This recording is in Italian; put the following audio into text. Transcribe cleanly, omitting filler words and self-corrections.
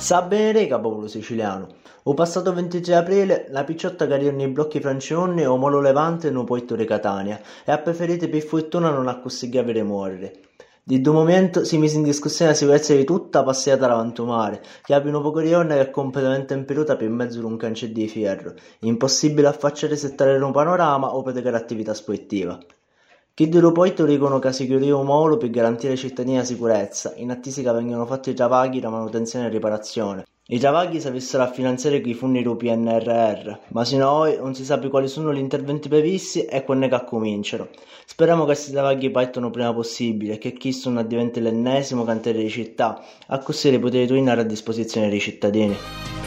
Sa bene rega popolo siciliano. O passato 23 aprile, la picciotta che nei blocchi francioni o molo levante no poito di Catania e ha preferito per fortuna non accossiglia per morire. Di due momento si mise in discussione la sicurezza di tutta passata davanti al mare, che abbia un poco di onna che è completamente impeduta per mezzo di un cancello di ferro, impossibile affacciare settare un panorama o praticare attività sportiva. Chi dell'aeroporto dicono che si chiudeva un molo per garantire ai cittadini la sicurezza, in attesa che vengano fatti i travagli da manutenzione e riparazione. I travagli si avessero a finanziare con i fondi del PNRR, ma sino a oggi non si sa quali sono gli interventi previsti e quando che cominciano. Speriamo che questi travagli partano prima possibile e che questo non diventi l'ennesimo cantiere di città, a così i poteri tornare a disposizione dei cittadini.